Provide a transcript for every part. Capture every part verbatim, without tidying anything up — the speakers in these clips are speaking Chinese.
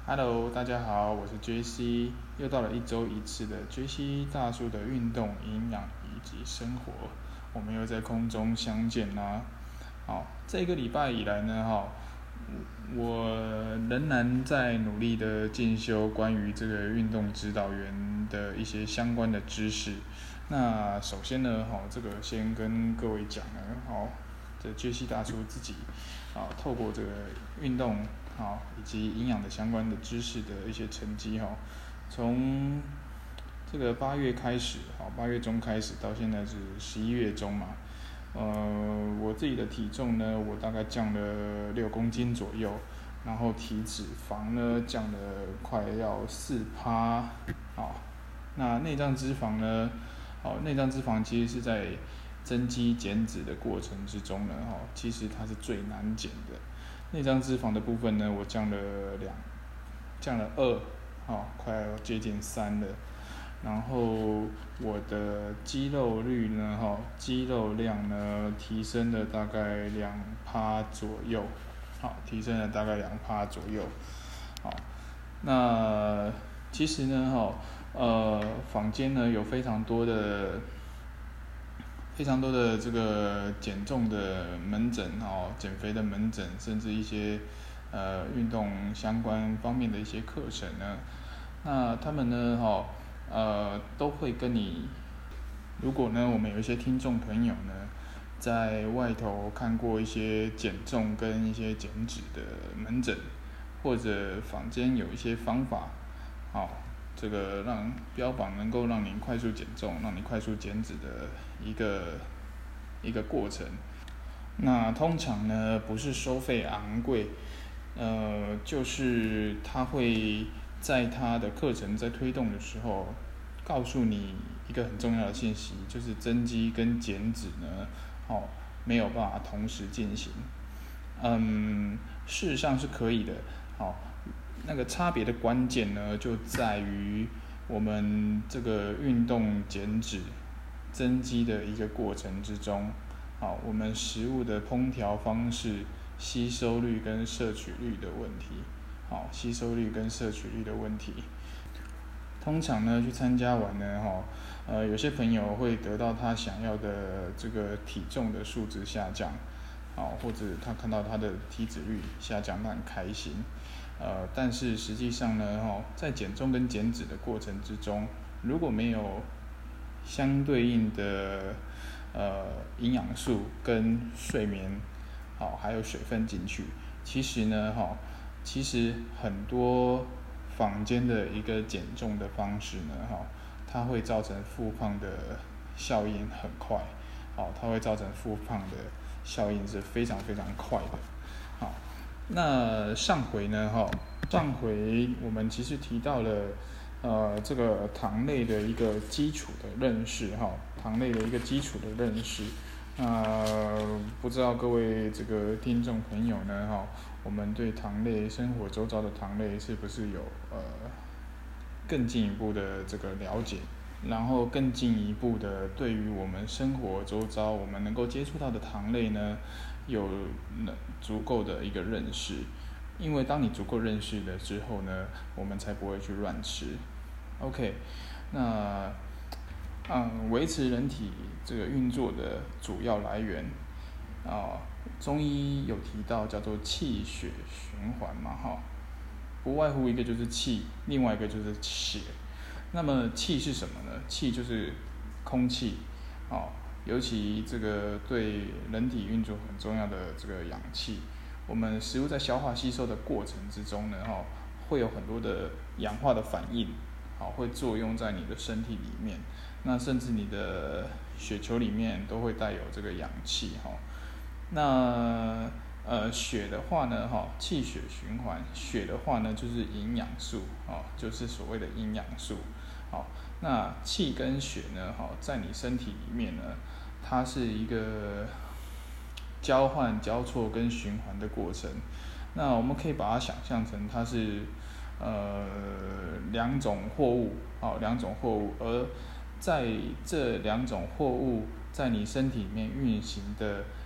Hello，大家好，我是 J C，又到了一周一次的 J C 大叔的运动、营养以及生活，我们又在空中相见啦。好，这个礼拜以来呢，哈，我仍然在努力的进修关于这个运动指导员的一些相关的知识。那首先呢，哈，这个先跟各位讲呢，好，这 J C 大叔自己啊，透过这个运动。好，以及营养的相关的知识的一些成绩哈，从这个八月开始，好，八月中开始到现在是十一月中嘛，呃，我自己的体重呢，我大概降了六公斤左右，然后体脂肪呢降了快要四趴，好，那内脏脂肪呢，好，内脏脂肪其实是在增肌减脂的过程之中呢，哈，其实它是最难减的。内脏脂肪的部分呢，我降了两，降了二，哦，快要接近三了。然后我的肌肉率呢，哈，肌肉量呢提升了大概两趴左右，好，提升了大概两趴左右，好，那其实呢，哈，呃，坊间呢有非常多的。非常多的这个减重的门诊哦，减肥的门诊，甚至一些呃运动相关方面的一些课程呢，那他们呢，哈、呃都会跟你，如果呢我们有一些听众朋友呢，在外头看过一些减重跟一些减脂的门诊，或者坊间有一些方法，好、这个让标榜能够让您快速减重、让你快速减脂的一个一个过程。那通常呢不是收费昂贵，呃，就是他会在他的课程在推动的时候，告诉你一个很重要的信息，就是增肌跟减脂呢，哦，没有办法同时进行。嗯，事实上是可以的，好，那个差别的关键呢，就在于我们这个运动减脂、增肌的一个过程之中，好，我们食物的烹调方式、吸收率跟摄取率的问题，好，吸收率跟摄取率的问题。通常呢，去参加完呢，哈，呃，有些朋友会得到他想要的这个体重的数值下降，好，或者他看到他的体脂率下降，他很开心。呃，但是实际上呢，哈，在减重跟减脂的过程之中，如果没有相对应的呃营养素跟睡眠，好，还有水分进去，其实呢，哈，其实很多坊间的一个减重的方式呢，哈，它会造成复胖的效应很快，好，它会造成复胖的效应是非常非常快的，好，那上回呢，哈，上回我们其实提到了，呃，这个糖类的一个基础的认识，哈，糖类的一个基础的认识，呃，不知道各位这个听众朋友呢，哈，我们对糖类生活周遭的糖类是不是有呃更进一步的这个了解？然后更进一步的，对于我们生活周遭我们能够接触到的糖类呢，有足够的一个认识。因为当你足够认识了之后呢，我们才不会去乱吃。OK， 那嗯，维持人体这个运作的主要来源啊，中医有提到叫做气血循环嘛，哈，不外乎一个就是气，另外一个就是血。那么气是什么呢？气就是空气，哦，尤其这个对人体运作很重要的这个氧气，我们食物在消化吸收的过程之中呢，哈，会有很多的氧化的反应，好，会作用在你的身体里面，那甚至你的血球里面都会带有这个氧气，哈，那呃，血的话呢，哈，气血循环，血的话呢就是营养素，哦，就是所谓的营养素，好，那气跟血呢，哈，在你身体里面呢，它是一个交换、交错跟循环的过程。那我们可以把它想象成它是呃两种货物，好，两种货物，而在这两种货物在你身体里面运行的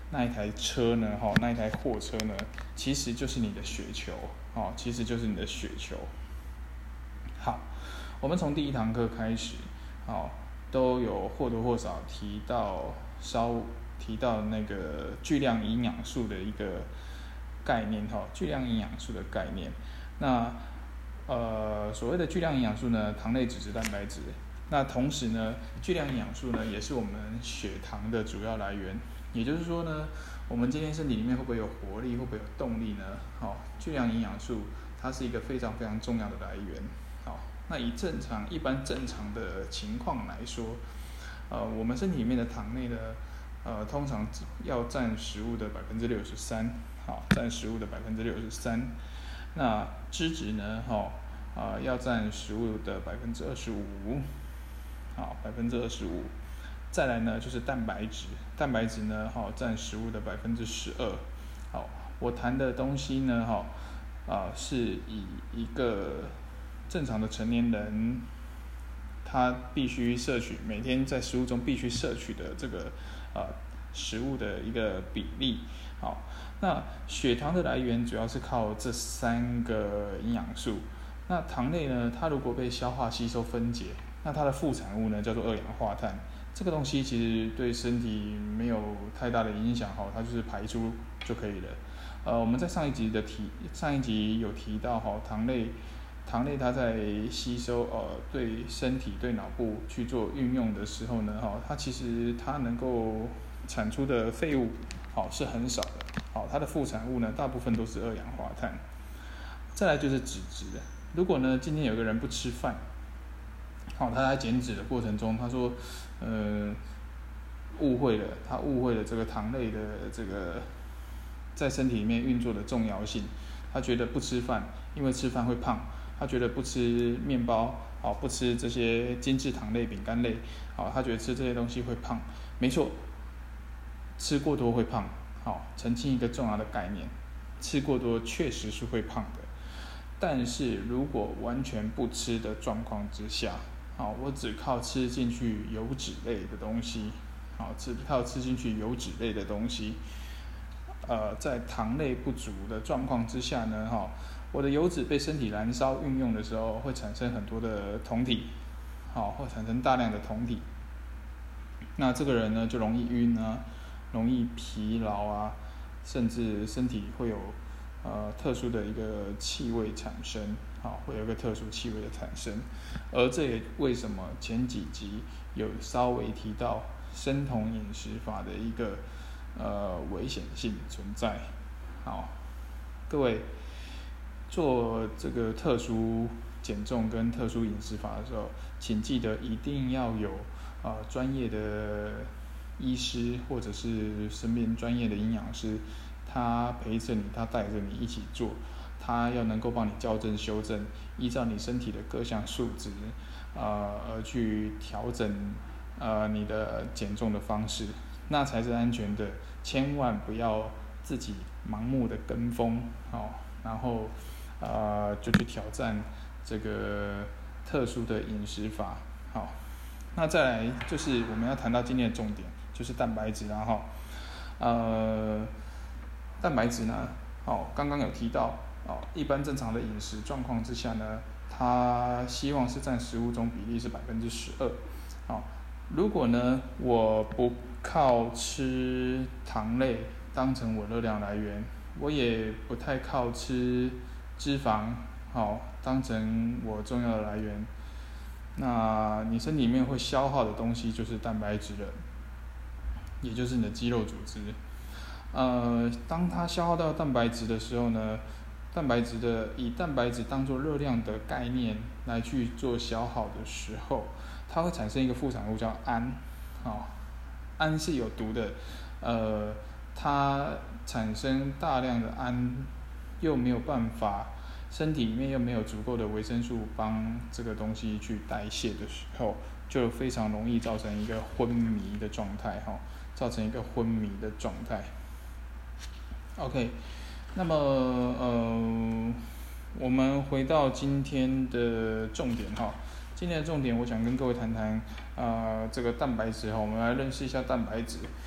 那一台车呢，哈，那一台货车呢，其实就是你的血球，哦，其实就是你的血球。好，我们从第一堂课开始，哦，都有或多或少提到稍提到那个巨量营养素的一个概念，哈，巨量营养素的概念。那呃，所谓的巨量营养素呢，糖类、脂质、蛋白质。那同时呢，巨量营养素呢，也是我们血糖的主要来源。也就是说呢，我们今天身体里面会不会有活力，会不会有动力呢？好、哦，巨量营养素它是一个非常非常重要的来源。好、哦，那以正常、一般正常的情况来说，呃，我们身体里面的糖类呢，呃，通常要占食物的百分之六十三，好，占食物的百分之六十三。那脂质呢，哈、哦，啊、呃，要占食物的百分之二十五。好，百分之二十五，再来呢就是蛋白质，蛋白质呢，好占食物的百分之十二。好，我谈的东西呢，哈，啊是以一个正常的成年人，他必须摄取每天在食物中必须摄取的这个呃食物的一个比例。好，那血糖的来源主要是靠这三个营养素。那糖类呢，它如果被消化吸收分解，那它的副产物呢叫做二氧化碳，这个东西其实对身体没有太大的影响，哈，它就是排出就可以了。呃，我们在上一集的提上一集有提到，哈，糖类糖类它在吸收呃对身体对脑部去做运用的时候呢，哈，它其实它能够产出的废物，好是很少的，好，它的副产物呢大部分都是二氧化碳。再来就是脂质。如果呢，今天有个人不吃饭，好，他在减脂的过程中，他说，呃，误会了，他误会了这个糖类的这个在身体里面运作的重要性。他觉得不吃饭，因为吃饭会胖；他觉得不吃面包，好，不吃这些精致糖类、饼干类，好，他觉得吃这些东西会胖。没错，吃过多会胖。好，澄清一个重要的概念，吃过多确实是会胖的。但是如果完全不吃的状况之下，好，我只靠吃进去油脂类的东西，好，只靠吃进去油脂类的东西，呃，在糖类不足的状况之下呢，哈，我的油脂被身体燃烧运用的时候，会产生很多的酮体，好，会产生大量的酮体。那这个人呢，就容易晕啊，容易疲劳啊，甚至身体会有呃特殊的一个气味产生，好，会有一个特殊气味的产生。而这也为什么前几集有稍微提到生酮饮食法的一个呃危险性存在。好，各位做这个特殊减重跟特殊饮食法的时候，请记得一定要有呃专业的医师或者是身边专业的营养师，他陪着你，他带着你一起做，他要能够帮你校正修正，依照你身体的各项数值，呃而去调整呃你的减重的方式，那才是安全的。千万不要自己盲目的跟风，哦，然后呃就去挑战这个特殊的饮食法。好，那再来就是我们要谈到今天的重点，就是蛋白质，然后呃蛋白质呢，哦，刚刚有提到，哦，一般正常的饮食状况之下呢，它希望是占食物中比例是百分之十二。好，如果呢我不靠吃糖类当成我热量来源，我也不太靠吃脂肪，好，当成我重要的来源，那你身体里面会消耗的东西就是蛋白质了，也就是你的肌肉组织。呃，当它消耗到蛋白质的时候呢，蛋白质的以蛋白质当做热量的概念来去做消耗的时候，它会产生一个副产物叫氨，哦，氨是有毒的，呃，它产生大量的氨，又没有办法，身体里面又没有足够的维生素帮这个东西去代谢的时候，就非常容易造成一个昏迷的状态，哈，造成一个昏迷的状态。OK， 那么呃，我们回到今天的重点哈。今天的重点，我想跟各位谈谈呃这个蛋白质哈。我们来认识一下蛋白质。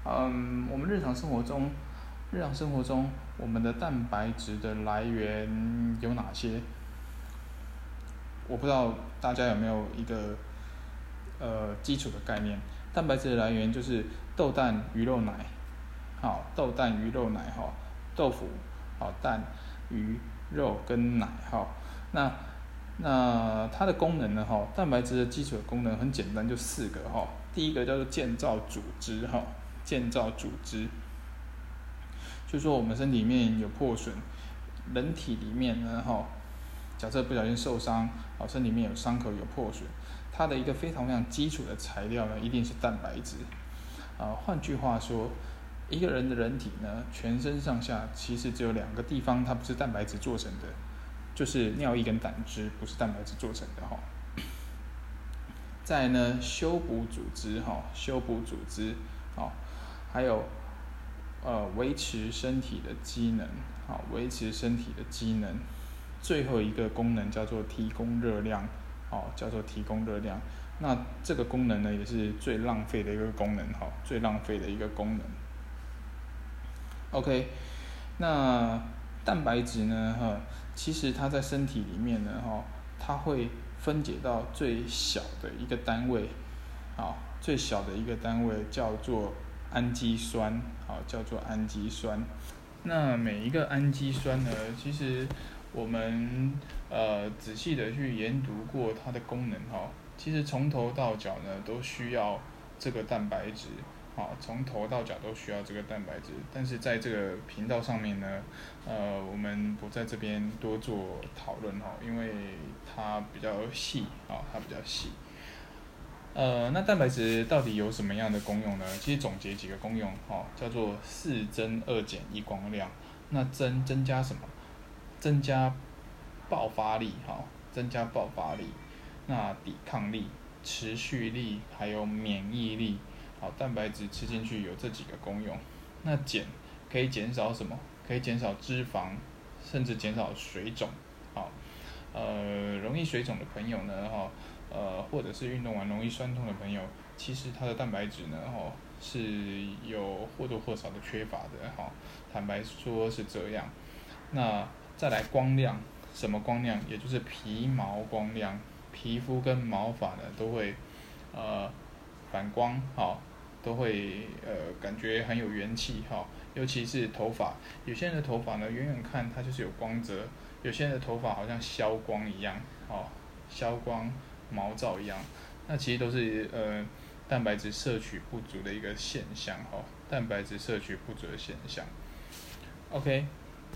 嗯，我们日常生活中，日常生活中我们的蛋白质的来源有哪些？我不知道大家有没有一个呃基础的概念。蛋白质的来源就是豆蛋、鱼肉奶，好，豆蛋、鱼肉奶，哈，豆腐，好，蛋、鱼、肉跟奶，哈。那那它的功能呢？哈，蛋白质的基础的功能很简单，就四个哈。第一个叫做建造组织，哈，建造组织，就说我们身体里面有破损，人体里面呢，哈，假设不小心受伤，好，身体里面有伤口有破损，它的一个非常非常基础的材料呢，一定是蛋白质。啊，换句话说，一个人的人体呢，全身上下其实只有两个地方它不是蛋白质做成的，就是尿液跟胆汁不是蛋白质做成的哈。再来呢，修补组织哈，修补组织，好，还有呃维持身体的机能，好，维持身体的机能。最后一个功能叫做提供热量，好，叫做提供热量。那这个功能呢，也是最浪费的一个功能，哈，最浪费的一个功能。OK， 那蛋白质呢，哈，其实它在身体里面呢，哈，它会分解到最小的一个单位，好，最小的一个单位叫做氨基酸，好，叫做氨基酸。那每一个氨基酸呢，其实我们呃仔细的去研读过它的功能，哈。其实从头到脚呢，都需要这个蛋白质，好，从头到脚都需要这个蛋白质。但是在这个频道上面呢，呃，我们不在这边多做讨论哈，因为它比较细，啊，它比较细。呃，那蛋白质到底有什么样的功用呢？其实总结几个功用，哈，叫做四增二减一光量。那增增加什么？增加爆发力，哈，增加爆发力。那抵抗力、持续力还有免疫力，好，蛋白质吃进去有这几个功用。那减可以减少什么？可以减少脂肪，甚至减少水肿。好，呃，容易水肿的朋友呢，哈，呃，或者是运动完容易酸痛的朋友，其实它的蛋白质呢，哈，是有或多或少的缺乏的，哈，坦白说是这样。那再来光亮，什么光亮？也就是皮毛光亮。皮肤跟毛发呢都会呃反光，好，都会呃感觉很有元气，好，尤其是头发，有些人的头发呢远远看它就是有光泽，有些人的头发好像消光一样，好，消光毛躁一样，那其实都是呃蛋白质摄取不足的一个现象，哈，蛋白质摄取不足的现象。OK，OK，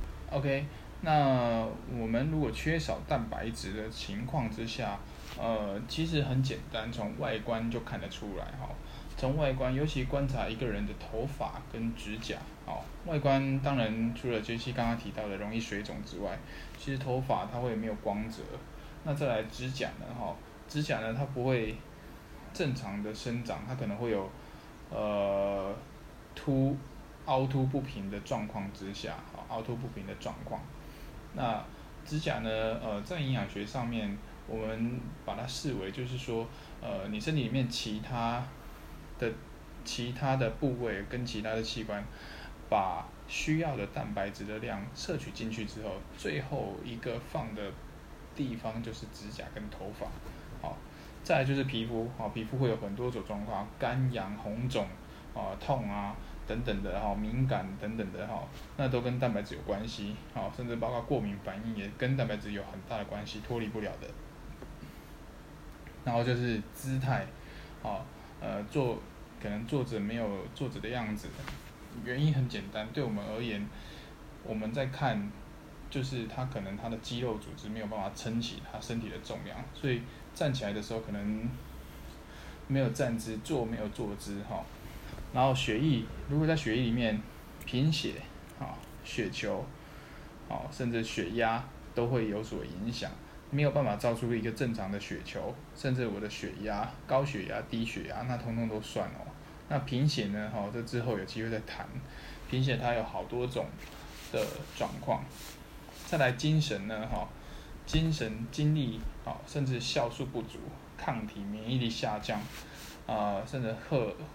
OK，那我们如果缺少蛋白质的情况之下，呃，其实很简单，从外观就看得出来哈。从外观，尤其观察一个人的头发跟指甲，好，外观当然除了杰西刚刚提到的容易水肿之外，其实头发它会没有光泽。那再来指甲呢，哈，指甲呢它不会正常的生长，它可能会有呃凸凹凸不平的状况之下，好，凹凸不平的状况。那指甲呢，呃，在营养学上面，我们把它视为就是说，呃，你身体里面其他的其他的部位跟其他的器官，把需要的蛋白质的量摄取进去之后，最后一个放的地方就是指甲跟头发，好，再来就是皮肤，好，皮肤会有很多种状况，干痒、红肿，啊、痛啊。等等的哈，敏感等等的哈，那都跟蛋白质有关系，好，甚至包括过敏反应也跟蛋白质有很大的关系，脱离不了的。然后就是姿态，好，呃，坐可能坐着没有坐着的样子，原因很简单，对我们而言，我们在看，就是他可能他的肌肉组织没有办法撑起他身体的重量，所以站起来的时候可能没有站姿，坐没有坐姿哈。然后血液，如果在血液里面贫血，啊，血球，啊，甚至血压都会有所影响，没有办法造出一个正常的血球，甚至我的血压、高血压、低血压，那通通都算哦。那贫血呢，哈，这之后有机会再谈。贫血它有好多种的状况。再来精神呢，哈，精神、精力，啊，甚至酵素不足、抗体、免疫力下降，啊，甚至荷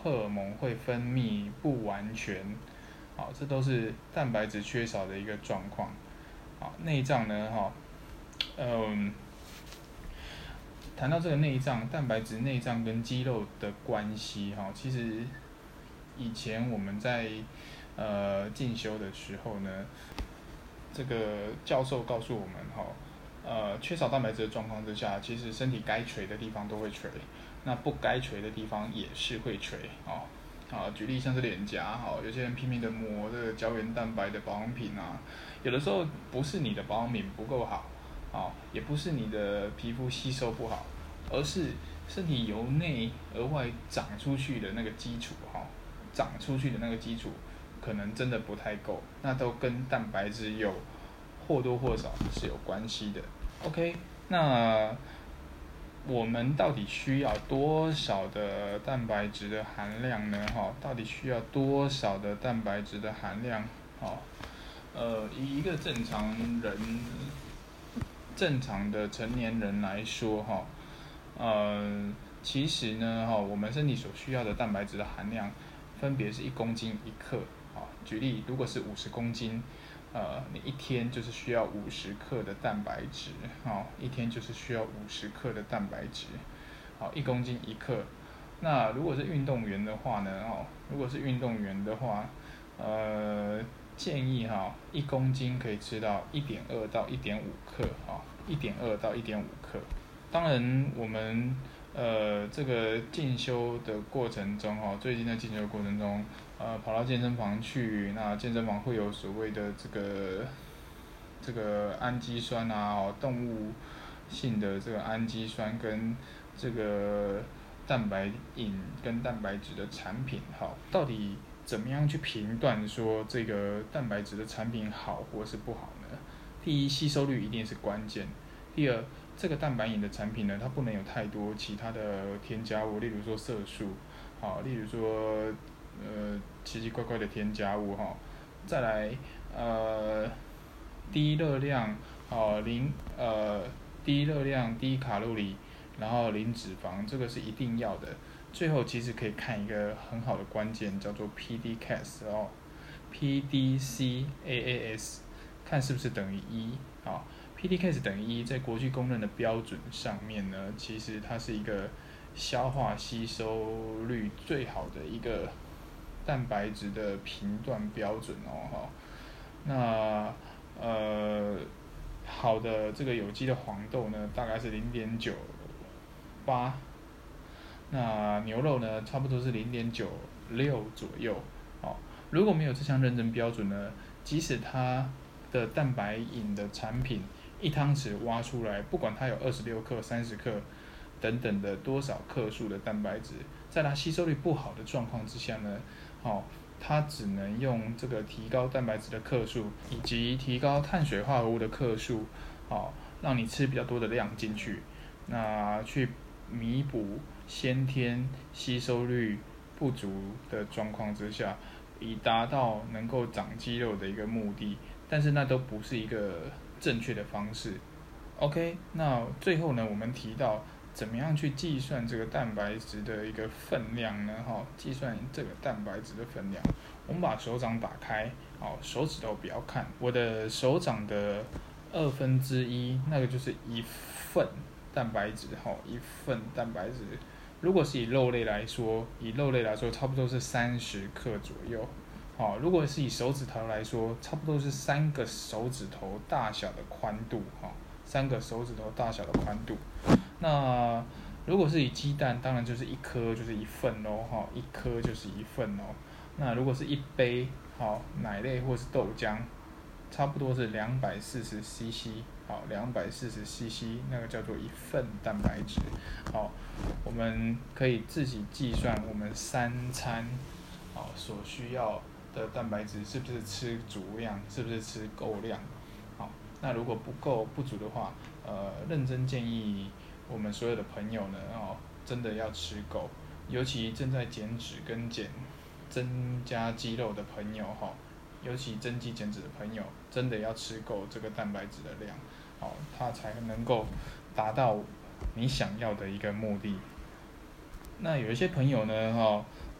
荷尔蒙会分泌不完全，好，这都是蛋白质缺少的一个状况。好，内脏呢，哈，嗯，谈到这个内脏，蛋白质内脏跟肌肉的关系，哈，其实以前我们在呃进修的时候呢，这个教授告诉我们，哈，呃，缺少蛋白质的状况之下，其实身体该垂的地方都会垂，那不该垂的地方也是会垂，哦。啊，举例像是脸颊，好，有些人拼命的抹这个胶原蛋白的保养品啊，有的时候不是你的保养品不够好，啊，也不是你的皮肤吸收不好，而是身体由内而外长出去的那个基础，哈，长出去的那个基础可能真的不太够，那都跟蛋白质有或多或少是有关系的。OK， 那我们到底需要多少的蛋白质的含量呢？哈，到底需要多少的蛋白质的含量？哦，呃，以一个正常人、正常的成年人来说，哈，呃，其实呢，哈，我们身体所需要的蛋白质的含量，分别是一公斤一克。好，举例，如果是五十公斤。呃，你一天就是需要五十克的蛋白质，好，一天就是需要五十克的蛋白质，好，一公斤一克。那如果是运动员的话呢，哦，如果是运动员的话，呃，建议哈，一公斤可以吃到一点二到一点五克，哈，一点二到一点五克。当然，我们呃这个进修的过程中，哈，最近在进修的过程中。呃，跑到健身房去，那健身房会有所谓的这个这个氨基酸啊，哦，动物性的这个氨基酸跟这个蛋白饮跟蛋白质的产品，好，到底怎么样去评断说这个蛋白质的产品好或是不好呢？第一，吸收率一定是关键。第二，这个蛋白饮的产品呢，它不能有太多其他的添加物，例如说色素，好，例如说。呃，奇奇怪怪的添加物哈，再来呃低热量哦零呃低热量低卡路里，然后零脂肪，这个是一定要的。最后其实可以看一个很好的关键，叫做 P D C A S 哦 ，P D C A A S， 看是不是等于一，好 ，P D C A S 等于一，在国际公认的标准上面呢，其实它是一个消化吸收率最好的一个。蛋白质的评断标准哦，哈，那呃好的这个有机的黄豆呢，大概是零点九八，那牛肉呢，差不多是零点九六左右，哦，如果没有这项认证标准呢，即使它的蛋白饮的产品一汤匙挖出来，不管它有二十六克、三十克等等的多少克数的蛋白质，在它吸收率不好的状况之下呢。哦，它只能用这个提高蛋白质的克数，以及提高碳水化合物的克数，哦，让你吃比较多的量进去，那去弥补先天吸收率不足的状况之下，以达到能够长肌肉的一个目的，但是那都不是一个正确的方式。OK， 那最后呢，我们提到。怎么样去计算这个蛋白质的一个分量呢？哈，计算这个蛋白质的分量，我们把手掌打开，哦，手指头不要看，我的手掌的二分之一，那个就是一份蛋白质，哈，一份蛋白质。如果是以肉类来说，以肉类来说，差不多是三十克左右。好，如果是以手指头来说，差不多是三个手指头大小的宽度，哈，三个手指头大小的宽度。那如果是以鸡蛋，当然就是一颗就是一份咯，哈，一颗就是一份哦。那如果是一杯，好，奶类或是豆浆，差不多是两百四十 C C， 好，两百四十 C C， 那个叫做一份蛋白质。好，我们可以自己计算我们三餐，好，所需要的蛋白质是不是吃足量，是不是吃够量。好，那如果不够不足的话，呃，认真建议。我们所有的朋友呢，哦，真的要吃够，尤其正在减脂跟减增加肌肉的朋友哈，尤其增肌减脂的朋友，真的要吃够这个蛋白质的量，哦，它才能够达到你想要的一个目的。那有一些朋友呢，哈，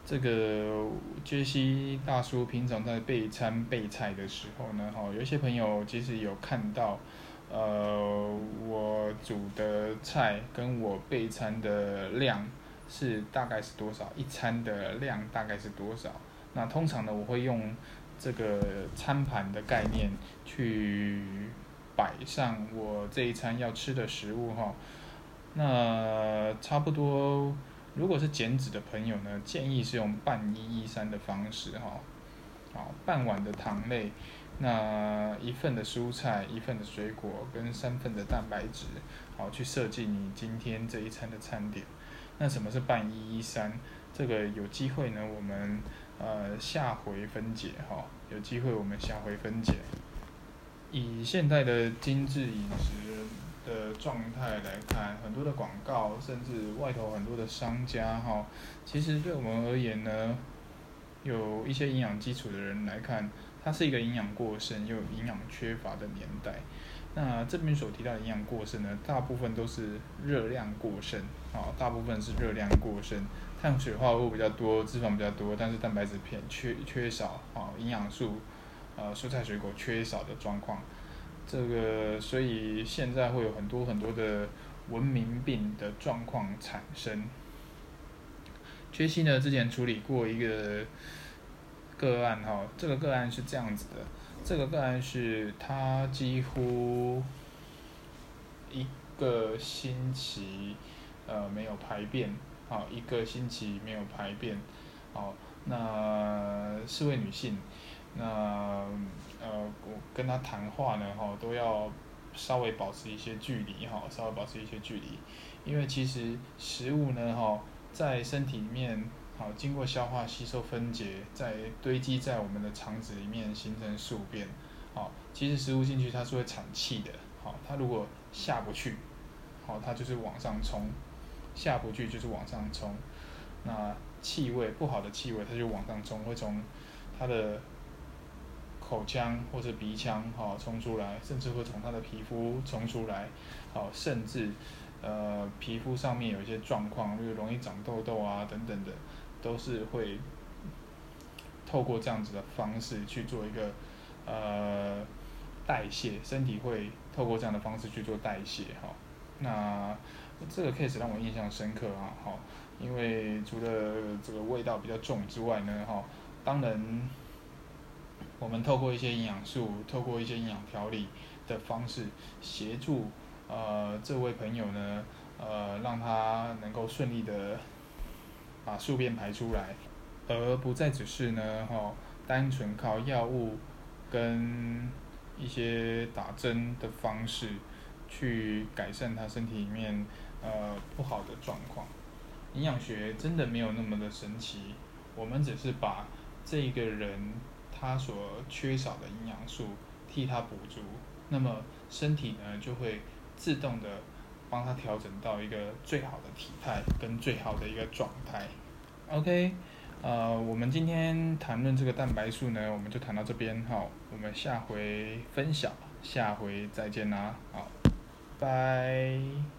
这个杰西大叔平常在备餐备菜的时候呢，哈，有一些朋友其实有看到，呃，我煮的菜跟我备餐的量是大概是多少，一餐的量大概是多少。那通常呢，我会用这个餐盘的概念去摆上我这一餐要吃的食物哈。那差不多。如果是减脂的朋友呢，建议是用半一一三的方式哈，好，半碗的糖类，那一份的蔬菜，一份的水果跟三份的蛋白质，好去设计你今天这一餐的餐点。那什么是半一一三？这个有机会呢，我们呃下回分解哈，有机会我们下回分解。以现代的精致饮食的状态来看，很多的广告，甚至外头很多的商家哈，其实对我们而言呢，有一些营养基础的人来看，它是一个营养过剩又营养缺乏的年代。那这边所提到的营养过剩呢，大部分都是热量过剩，啊，大部分是热量过剩，碳水化合物比较多，脂肪比较多，但是蛋白质偏缺缺少，啊，营养素，呃，蔬菜水果缺少的状况。这个，所以现在会有很多很多的文明病的状况产生。缺西呢，之前处理过一个个案哈，这个个案是这样子的，这个个案是他几乎一个星期呃没有排便，好，一个星期没有排便，好，那是位女性。那呃，我跟他谈话呢，哈，都要稍微保持一些距离，哈，稍微保持一些距离，因为其实食物呢，哈，在身体里面，好，经过消化、吸收、分解，再堆积在我们的肠子里面形成宿便，好，其实食物进去它是会产气的，好，它如果下不去，好，它就是往上冲，下不去就是往上冲，那气味不好的气味它就往上冲，会从它的口腔或者鼻腔哈冲出来，甚至会从它的皮肤冲出来，好，甚至呃皮肤上面有一些状况，例如容易长痘痘啊等等的，都是会透过这样子的方式去做一个呃代谢，身体会透过这样的方式去做代谢哈。那这个 case 让我印象深刻啊，哈，因为除了这个味道比较重之外呢，哈，当然。我们透过一些营养素，透过一些营养调理的方式，协助呃这位朋友呢，呃让他能够顺利的把宿便排出来，而不再只是呢，哈，单纯靠药物跟一些打针的方式去改善他身体里面呃不好的状况。营养学真的没有那么的神奇，我们只是把这个人他所缺少的营养素替他补足，那么身体呢就会自动的帮他调整到一个最好的体态跟最好的一个状态。OK， 呃，我们今天谈论这个蛋白素呢，我们就谈到这边，好，我们下回分享，下回再见啦，好，拜。